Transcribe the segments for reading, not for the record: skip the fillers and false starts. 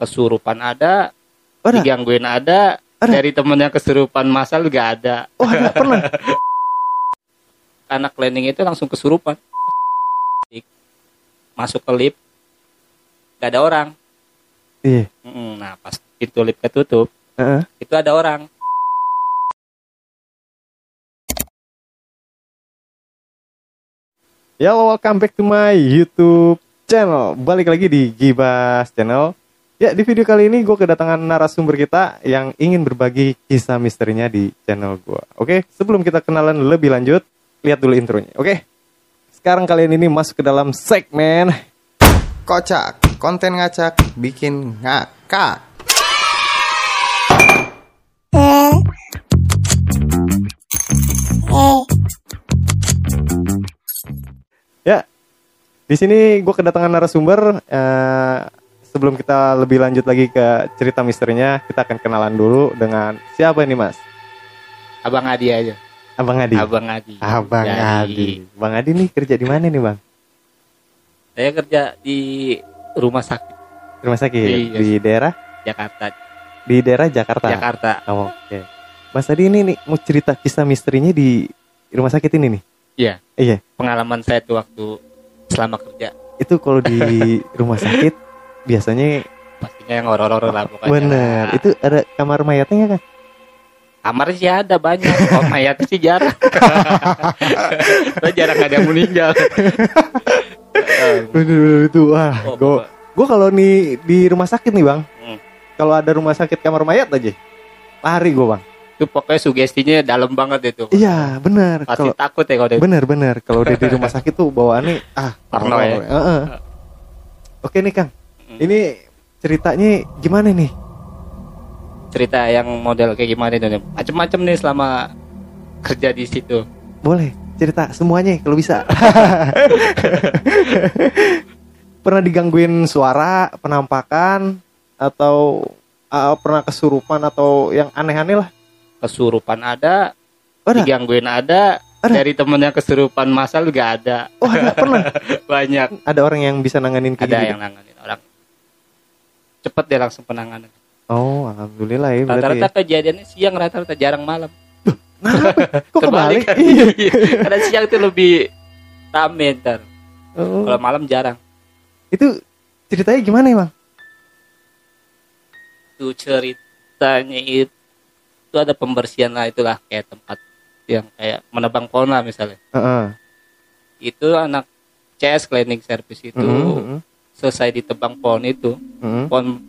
Kesurupan ada, Ada? digangguin ada, dari temennya kesurupan masal juga ada. Oh, ada pernah. Anak cleaning itu langsung kesurupan. Masuk ke lift, gak ada orang. Iya. Nah, pas pintu lift ketutup, itu ada orang. Ya, welcome back to my YouTube channel. Balik lagi di Gibas Channel. Ya, di video kali ini gue kedatangan narasumber kita yang ingin berbagi kisah misterinya di channel gue. Oke, sebelum kita kenalan lebih lanjut, lihat dulu intronya. Oke, sekarang kalian ini masuk ke dalam segmen Kocak, konten ngacak, bikin ngakak. Ya, di sini gue kedatangan narasumber. Sebelum kita lebih lanjut lagi ke cerita misterinya, kita akan kenalan dulu dengan siapa ini, Mas? Abang Adi aja. Abang Adi. Abang Adi. Abang Adi. Bang Adi nih kerja di mana nih, Bang? Saya kerja di rumah sakit. Rumah sakit Iya. di daerah? Jakarta. Di daerah Jakarta. Jakarta. Oh, oke. Mas Adi ini nih mau cerita kisah misterinya di rumah sakit ini nih. Iya. Iya. Pengalaman saya tuh waktu selama kerja. Itu kalau di rumah sakit biasanya Pastinya yang horor-horor lah pokoknya. bener. Itu ada kamar mayatnya nggak, Kang? Kamar sih ada banyak. Oh, mayat sih jarang. Jarang ada yang meninggal. Bener itu. Wah, gue kalau nih di rumah sakit nih, Bang. Kalau ada rumah sakit kamar mayat aja, lari gue, Bang. Itu pokoknya sugestinya dalam banget itu. Iya, benar. Pasti takut ya kalau udah. Benar. Kalau udah di rumah sakit tuh bawaannya Parno ya. Oke nih, Kang. Ini ceritanya gimana nih? Cerita yang model kayak gimana itu? Macem-macem nih selama kerja di situ. Boleh cerita semuanya kalau bisa. Pernah digangguin suara, penampakan, atau pernah kesurupan atau yang aneh-aneh lah? Kesurupan ada, digangguin ada. Dari temennya kesurupan masal juga ada. Oh, ada, pernah? Banyak. Ada orang yang bisa nanganin kayak Ada gitu? yang nanganin orang. Cepet deh langsung penanganan. Oh, alhamdulillah ya. Rata-rata kejadiannya siang, rata-rata jarang malam. Kenapa? Kok kebalik? Kan? Karena siang itu lebih rame ntar. Kalau malam jarang. Itu ceritanya gimana ya, Bang? Itu ceritanya itu ada pembersihan lah, itulah kayak tempat yang kayak menebang pohon lah misalnya. Itu anak CS cleaning service itu selesai ditebang pohon itu, pohon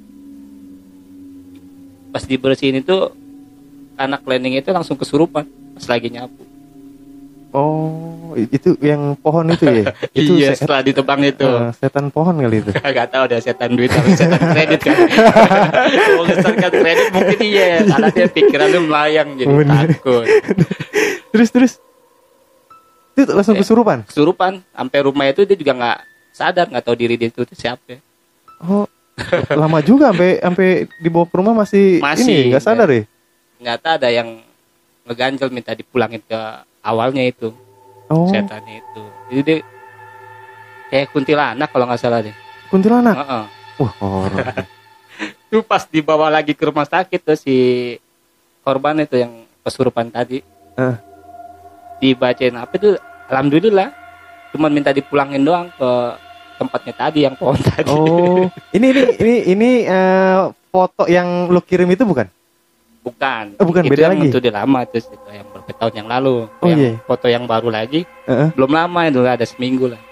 pas dibersihin itu anak cleaning itu langsung kesurupan pas lagi nyapu. Oh, itu yang pohon itu ya? Itu iya, setelah ditebang itu. Setan pohon kali itu. Gak tahu ada setan duit atau setan kredit kan. Kalau setan kredit mungkin iya, karena dia pikirannya melayang jadi takut. Terus itu langsung kesurupan? Kesurupan, sampai rumah itu dia juga nggak sadar, nggak tahu diri dia itu siapa. Oh, lama juga sampai dibawa ke rumah masih ini nggak sadar ya? Ternyata ada yang ngeganjel minta dipulangin ke awalnya itu. Setannya itu. Jadi dia kayak kuntilanak kalau nggak salah deh. Kuntilanak? Wah, horor. Itu pas dibawa lagi ke rumah sakit tuh si korban itu yang kesurupan tadi. Dibacain apa itu, alhamdulillah cuman minta dipulangin doang ke tempatnya tadi yang pohon tadi. Oh, ini foto yang lu kirim itu bukan? Bukan, bukan, itu beda yang lagi. Itu udah lama tuh, itu yang beberapa tahun yang lalu. Iya. Foto yang baru lagi, belum lama itu, ada seminggu lah.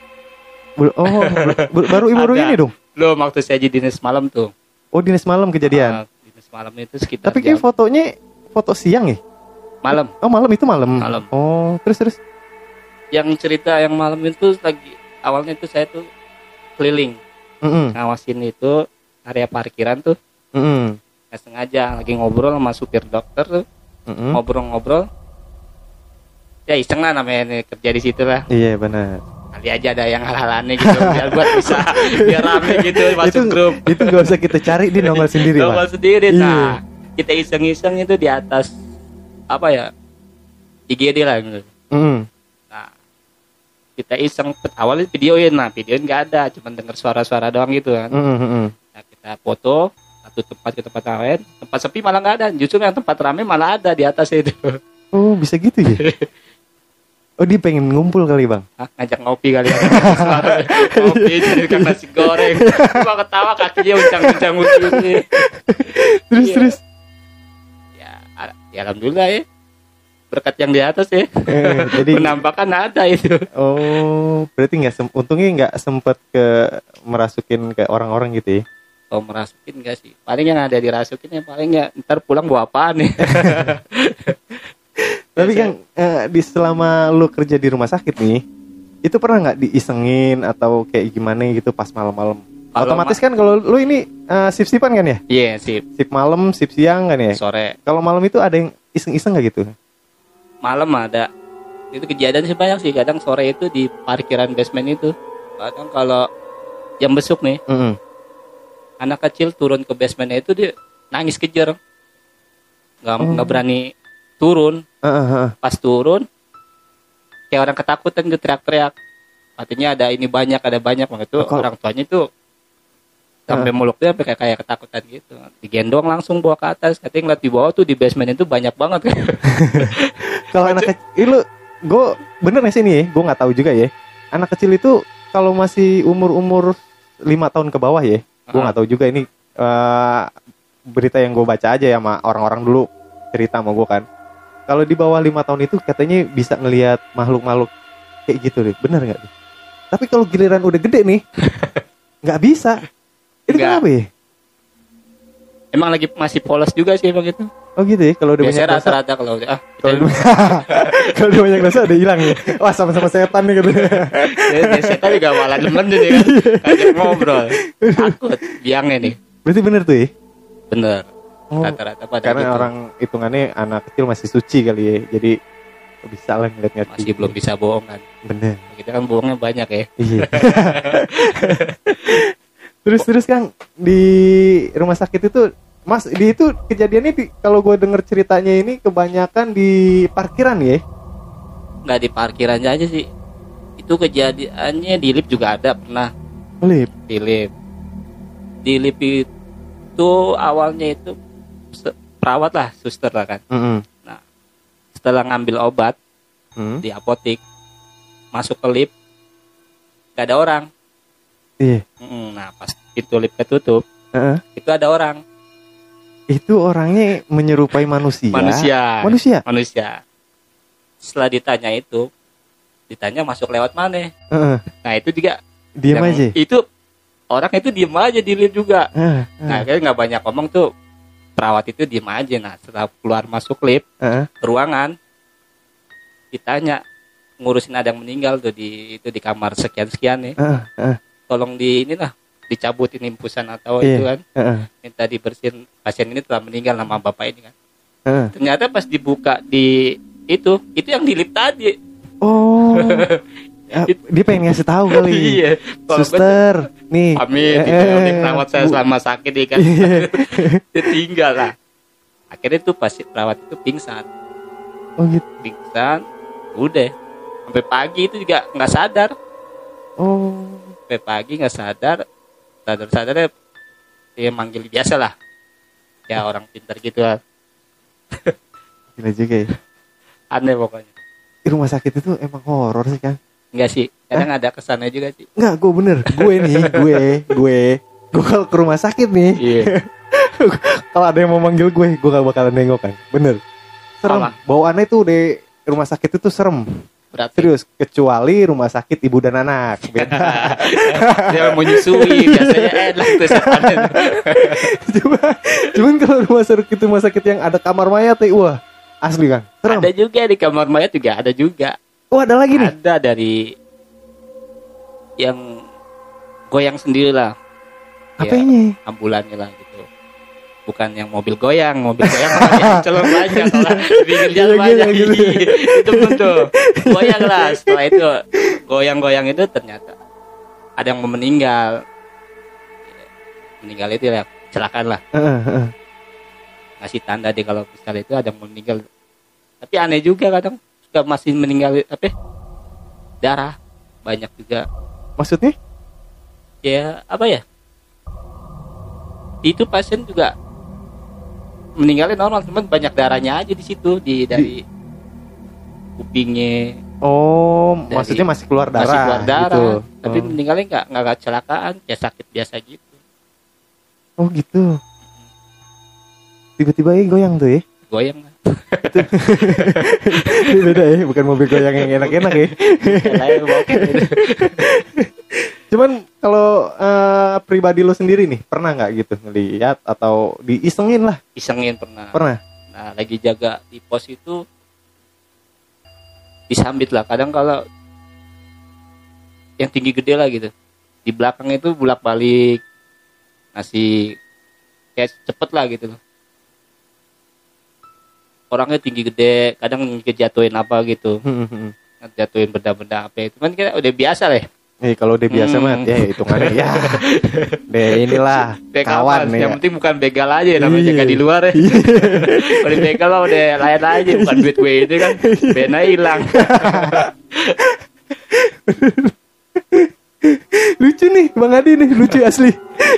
Baru ini dong? Belum, waktu saya jadi dinas malam tuh. Oh, dinas malam kejadian. Dinas malam itu sekitar. Tapi kayak fotonya foto siang ya? Malam. Oh, malam itu malam. Malam. Oh, terus. Yang cerita yang malam itu lagi awalnya itu saya tuh keliling, ngawasin itu area parkiran tuh. Nggak sengaja lagi ngobrol sama supir dokter tuh, ngobrol-ngobrol. Ya iseng lah namanya kerja di situ lah. Iya benar. Kali aja ada yang hal-hal aneh gitu biar buat bisa biar rame gitu masuk grup. Itu gak usah kita cari, di nongol sendiri. Nongol sendiri. Nah, kita iseng-iseng itu di atas apa ya, IGD lah gitu. Nah, kita iseng awalnya videoin nggak ada, cuma denger suara-suara doang gitu kan. Nah, kita foto satu tempat ke tempat lain, tempat sepi malah nggak ada, justru yang tempat ramai malah ada di atas itu. Oh bisa gitu ya. Oh dia pengen ngumpul kali bang. Ngajak ngopi kali ya. Ngopi jadi kan nasi goreng. Gua ketawa kakinya uncang-uncang begini. Terus. Ya alhamdulillah ya. Berkat yang di atas ya. Jadi penampakan ada itu. Oh berarti untungnya nggak sempet merasukin ke orang-orang gitu ya. Oh merasukin nggak sih? Paling yang ada dirasukin ya paling ya ntar pulang bawa apaan nih. Tapi kan di selama lu kerja di rumah sakit nih, itu pernah nggak diisengin atau kayak gimana gitu pas malam-malam? Otomatis kan kalau lu ini shift-shiftan kan ya? Iya, shift. Shift malam, shift siang kan ya? Sore. Kalau malam itu ada yang iseng-iseng nggak gitu? Malam ada. Itu kejadian sih banyak sih. Kadang sore itu di parkiran basement itu. Kadang kalau jam besuk nih, anak kecil turun ke basementnya itu dia nangis kejer. Nggak berani turun. Pas turun kayak orang ketakutan gitu, teriak-teriak. Artinya ada banyak itu orang tuanya itu sampai mulutnya sampai kayak ketakutan gitu. Digendong langsung bawa ke atas. Katanya ngeliat di bawah tuh di basement itu banyak banget. Kalau anak kecil gue bener nggak sih nih? Gue nggak tahu juga ya. Anak kecil itu kalau masih umur 5 tahun ke bawah ya. Gue nggak tahu juga ini berita yang gue baca aja ya sama orang-orang dulu cerita sama gue kan. Kalau di bawah 5 tahun itu katanya bisa ngelihat makhluk-makhluk kayak gitu deh. Bener nggak tuh? Tapi kalau giliran udah gede nih, nggak bisa. Itu kenapa ya? Emang lagi masih polos juga sih bang itu. Oh gitu ya? Kalau udah biasanya banyak dosa. rata-rata kalau udah kalau udah banyak dosa udah hilang ya. Wah sama-sama setan nih katanya. Setan juga malah demen nih kan. Kayak ngobrol. Takut biangnya nih. Berarti bener tuh ya? Bener. Rata-rata pada karena gitu. Orang hitungannya anak kecil masih suci kali ya. Jadi bisa lah ngeliat-ngeliat masih belum bisa bohong kan. Bener. Kita kan bohongnya banyak ya. Iya. Terus kan di rumah sakit itu Mas, itu kejadiannya kalau gue denger ceritanya ini kebanyakan di parkiran ya? Nggak di parkiran aja sih. Itu kejadiannya di lift juga ada pernah. Lift? Di lift itu awalnya itu perawat lah, suster lah kan. Nah, setelah ngambil obat di apotek, masuk ke lift, gak ada orang. Iya. Nah, pas pintu lift ketutup, itu ada orang. Itu orangnya menyerupai manusia. Manusia. Setelah ditanya masuk lewat mana? Nah, itu juga diam aja. Itu orang itu diam aja di lift juga. Nah, kayak nggak banyak ngomong tuh. Perawat itu diam aja. Nah, setelah keluar masuk lift, ruangan, ditanya ngurusin ada yang meninggal tuh di kamar sekian nih. Tolong dicabutin impusan atau itu kan. Minta dibersihin, pasien ini telah meninggal nama bapak ini kan. Ternyata pas dibuka itu yang di lift tadi. Oh. Dia pengen ngasih tahu kali. Iya. Suster, nih. Amin. Ini perawat saya selama sakit nih kan. Dia tinggal lah. Akhirnya tuh perawat itu pingsan. Oh gitu. Pingsan, udah. Sampai pagi itu juga nggak sadar. Oh. Sampai pagi nggak sadar. Sadarnya dia manggil biasa lah. Ya orang pintar gitu lah. Gila juga ya. Aneh pokoknya. Di rumah sakit itu emang horor sih kan? Enggak sih, kadang ada kesannya juga sih. Enggak, gue bener. Gue kalau ke rumah sakit nih. Iya. Kalau ada yang mau manggil gue gak bakalan nengok kan. Bener. Serem. Bawaannya tuh di rumah sakit itu serem. Berarti. Serius, kecuali rumah sakit ibu dan anak. Beda. Dia mau nyusui, biasanya enak tuh setannya. Cuman kalau rumah sakit yang ada kamar mayat wah, asli kan. Serem. Ada juga di kamar mayat juga, ada juga. Oh, ada lagi nih? Ada dari yang goyang sendiri lah. Apanya? Ya, ambulannya lah gitu. Bukan yang mobil goyang celok banyak lah. Bikin jalan banyak gitu. Itu betul. Goyang lah. Setelah itu goyang-goyang itu ternyata ada yang meninggal. Meninggal itu ya kecelakaan lah. Ngasih tanda deh kalau misalnya itu ada yang meninggal. Tapi aneh juga kadang suka masih meninggal darah banyak juga. Maksudnya? Ya apa ya? Itu pasien juga meninggalnya normal, cuman banyak darahnya aja di situ dari kupingnya. Oh, maksudnya masih keluar darah. Masih keluar darah. Gitu. Tapi meninggalnya nggak kecelakaan, ya sakit biasa gitu. Oh gitu. Tiba-tiba goyang tuh ya? Goyang. Beda ya, bukan mobil goyang yang enak-enak ya. Cuman kalau pribadi lo sendiri nih, pernah nggak gitu ngelihat atau diisengin lah? Isengin pernah. Pernah. Nah, lagi jaga di pos itu disambit lah. Kadang kalau yang tinggi gede lah gitu, di belakang itu bolak-balik ngasih kayak cepet lah gitu loh. Orangnya tinggi gede, kadang ngejatuhin apa gitu, ngejatuhin benda-benda apa itu kan kita udah biasa lah. Kalau udah biasa mah ya hitungannya ya. Deh inilah kawan nih. Yang penting bukan begal aja namanya jaga di luar ya. Kalau begal mah udah lain aja, bukan duit gue itu kan bena hilang. Lucu nih Bang Adi nih, lucu asli.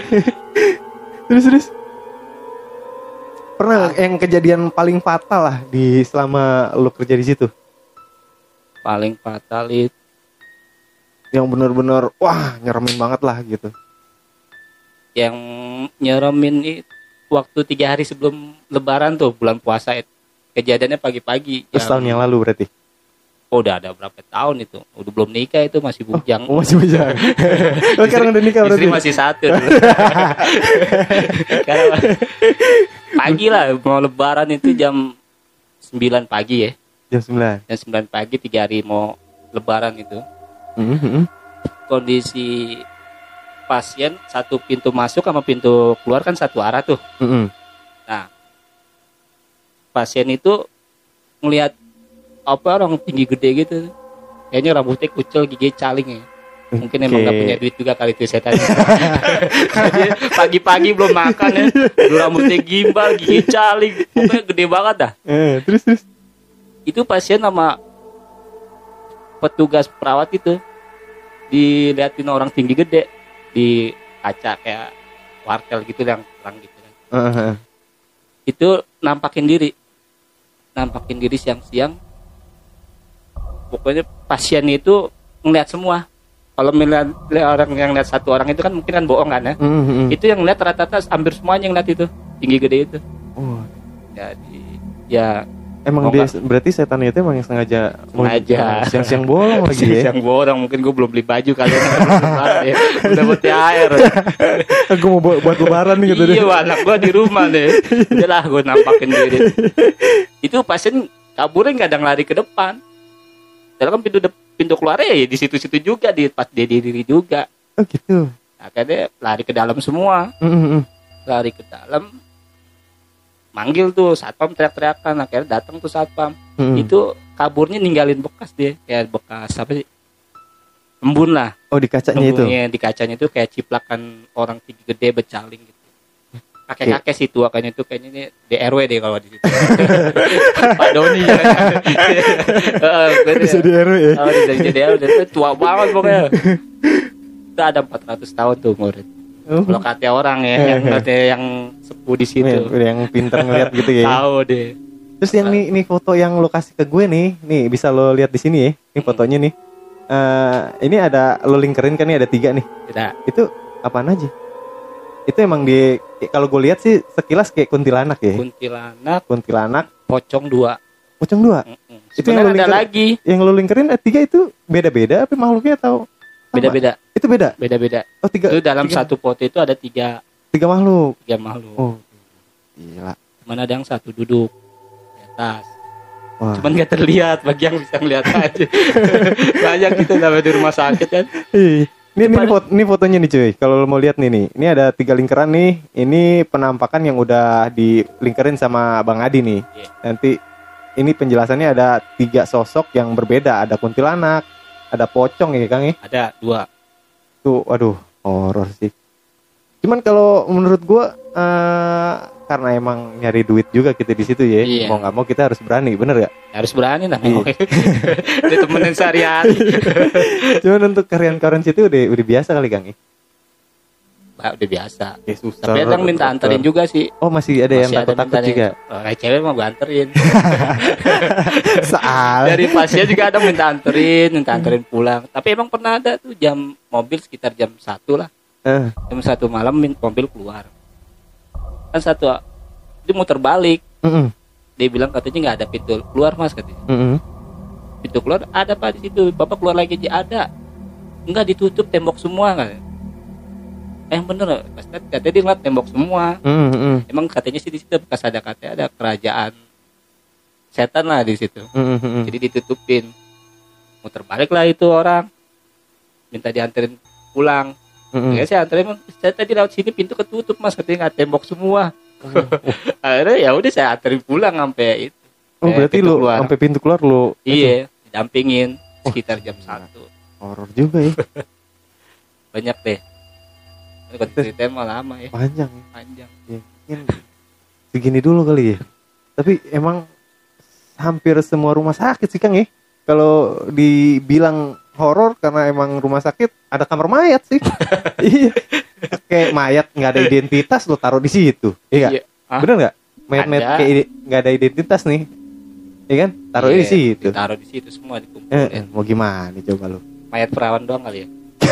Terus pernah yang kejadian paling fatal lah di selama lu kerja di situ? Paling fatal itu yang benar-benar wah nyeremin banget lah gitu. Yang nyeremin itu waktu 3 hari sebelum Lebaran tuh, bulan puasa itu. Kejadiannya pagi-pagi. Tahun yang lalu berarti? Oh, udah ada berapa tahun itu? Udah belum nikah itu, masih bujang. Oh masih bujang. Sekarang udah nikah berarti? Istri masih 1 dulu. Karena pagi lah, mau Lebaran itu jam 9 pagi ya. Jam 9? Jam 9 pagi, 3 hari mau Lebaran itu. Kondisi pasien satu pintu masuk sama pintu keluar kan satu arah tuh. Nah, pasien itu ngelihat apa orang tinggi gede gitu, kayaknya rambutnya kucel, gigi caling ya. Mungkin emang gak punya duit juga kali itu setan. Jadi pagi-pagi belum makan ya, rambutnya gimbal, gigi caling, pokoknya gede banget dah. Terus itu pasien sama petugas perawat itu diliatin orang tinggi gede di kaca kayak wartel gitu yang terang gitu kan. Itu nampakin diri siang-siang. Pokoknya pasien itu ngeliat semua. Kalau melihat orang yang lihat satu orang itu kan mungkin kan bohong kan ya. Itu yang lihat rata-rata hampir semuanya yang lihat itu tinggi gede itu. Jadi ya emang dia berarti setan itu emang yang sengaja siang-siang bolong lagi ya. Siang bolong, mungkin gue belum beli baju kali ya. Udah buat THR. Gue mau buat lebaran nih gitu. Iya, anak gue di rumah deh. Udah gue nampakin diri. Itu pasien kaburnya nggak ada lari ke depan. Padahal kan pintu keluarnya ya di situ-situ juga, di pas dia diri juga. Oh gitu. Akhirnya lari ke dalam semua. Lari ke dalam, manggil tuh satpam, teriak-teriakan. Akhirnya datang tuh satpam. Itu kaburnya ninggalin bekas dia, kayak bekas apa sih? Embun lah. Oh di kacanya itu? Di kacanya itu kayak ciplakan orang tinggi gede becaling gitu. Kakek-kakek sih tua kayaknya itu, kayaknya ini DRW deh kalau di situ. Pak Doni ya. Bisa di RW ya? Oh, bisa di RW. Tua banget pokoknya. Itu ada 400 tahun tuh murid. Kalau kata orang ya, yang sepuh di situ. Yang pintar ngeliat gitu ya. Tahu deh. Terus yang nih foto yang lo kasih ke gue nih bisa lo lihat di sini ya. Ini fotonya nih. Ini ada lo linkerin kan nih, ada 3 nih. Tidak. Itu apaan aja? Itu emang kalau gue lihat sih sekilas kayak kuntilanak ya. Kuntilanak. Pocong 2. Pocong 2. Itu yang ada lagi. Yang lo linkerin 3 itu beda-beda apa makhluknya atau? Beda-beda. Itu beda. Beda-beda. Oh 3. Itu dalam 3. Satu foto itu ada 3 makhluk. 3 makhluk. Oh. Gila. Cuman ada yang satu duduk di atas. Wah. Cuman gak terlihat, bagi yang bisa ngeliat aja. Banyak kita sampai di rumah sakit kan. Ini fotonya nih cuy. Kalau lo mau lihat nih. Ini ada 3 lingkaran nih. Ini penampakan yang udah dilingkarin sama Bang Adi nih. Nanti ini penjelasannya ada 3 sosok yang berbeda. Ada kuntilanak, ada pocong ya Kang ya? Ada 2. Tuh, waduh, horor sih. Cuman kalau menurut gua karena emang nyari duit juga kita di situ ya. Iya. Mau nggak mau kita harus berani, bener gak? Harus berani lah. Ditemenin sehari-hari. Cuman untuk karyawan-karyawan situ udah biasa kali Kang. udah biasa. Ya, susah. Tapi kadang minta anterin juga sih. Oh masih ada yang takut juga. Kayak cewek mah gue anterin. Soal Dari pasien juga ada minta anterin pulang. Tapi emang pernah ada tuh jam mobil sekitar jam 1 lah. Jam 1 malam mobil keluar. Kan dia muter balik. Dia bilang katanya nggak ada pintu keluar mas katanya. Pintu keluar ada pak di situ. Bapak keluar lagi aja ada. Enggak ditutup tembok semua kan. Yang bener pas katanya dia ngeliat tembok semua. Emang katanya sih di situ bekas katanya ada kerajaan setan lah di situ. Jadi ditutupin. Muter balik lah itu orang. Minta dianterin pulang. Ya saya anterin, saya tadi lewat sini pintu ketutup mas katanya nggak tembok semua. Akhirnya ya udah saya anterin pulang sampai itu. Oh berarti lu sampai pintu keluar lu? Iya, didampingin sekitar jam 1. Horor juga ya. Banyak deh. Kalau ceritain mah lama ya. Panjang. Ya, mungkin segini dulu kali ya. Tapi emang hampir semua rumah sakit sih Kang ya. Kalau dibilang horor karena emang rumah sakit ada kamar mayat sih. Iya. Kayak mayat nggak ada identitas lo taruh di situ. Iya. Bener nggak? Mayat-mayat kayak nggak ada identitas nih. Iya kan? Taruh di situ. Taruh di situ semua dikumpulin. Mau gimana coba lu? Mayat perawan doang kali ya.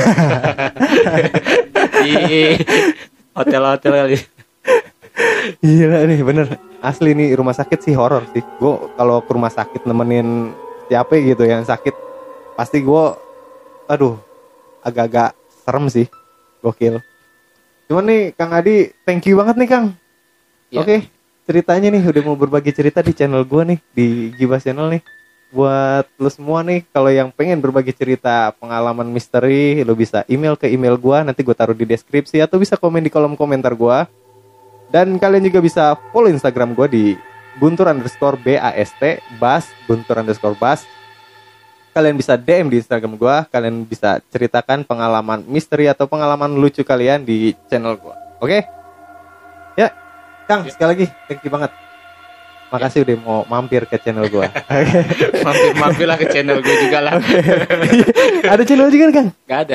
Di hotel-hotel kali. Iya nih bener. Asli nih rumah sakit sih horor sih. Gue kalau ke rumah sakit nemenin siapa gitu yang sakit pasti gue agak-agak serem sih. Gokil. Cuman nih Kang Adi, thank you banget nih Kang. Ya. Oke, ceritanya nih udah mau berbagi cerita di channel gue nih, di Gibas Channel nih. Buat lu semua nih, kalau yang pengen berbagi cerita pengalaman misteri, lu bisa email ke email gue, nanti gue taruh di deskripsi atau bisa komen di kolom komentar gue. Dan kalian juga bisa follow Instagram gue di guntur_bast, guntur_bas. Kalian bisa DM di Instagram gue, kalian bisa ceritakan pengalaman misteri atau pengalaman lucu kalian di channel gue. Oke? Ya, Kang, sekali lagi thank you banget. Makasih udah mau mampir ke channel gue. Mampir lah ke channel gue juga lah. Ada channel juga kan, Kang? Gak ada.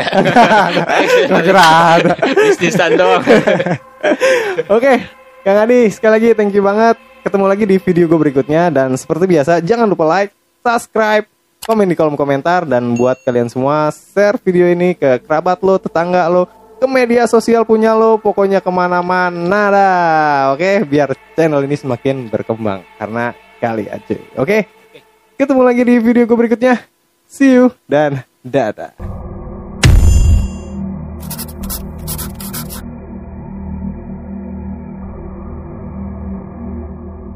Ada. Bisnisan doang. Oke, Kang Adi, sekali lagi thank you banget. Ketemu lagi di video gue berikutnya. Dan seperti biasa, jangan lupa like, subscribe, komen di kolom komentar. Dan buat kalian semua, share video ini ke kerabat lo, tetangga lo, ke media sosial punya lo, pokoknya kemana-mana dah. Oke, biar channel ini semakin berkembang karena kali aja. Oke, ketemu lagi di video gue berikutnya. See you dan dadah.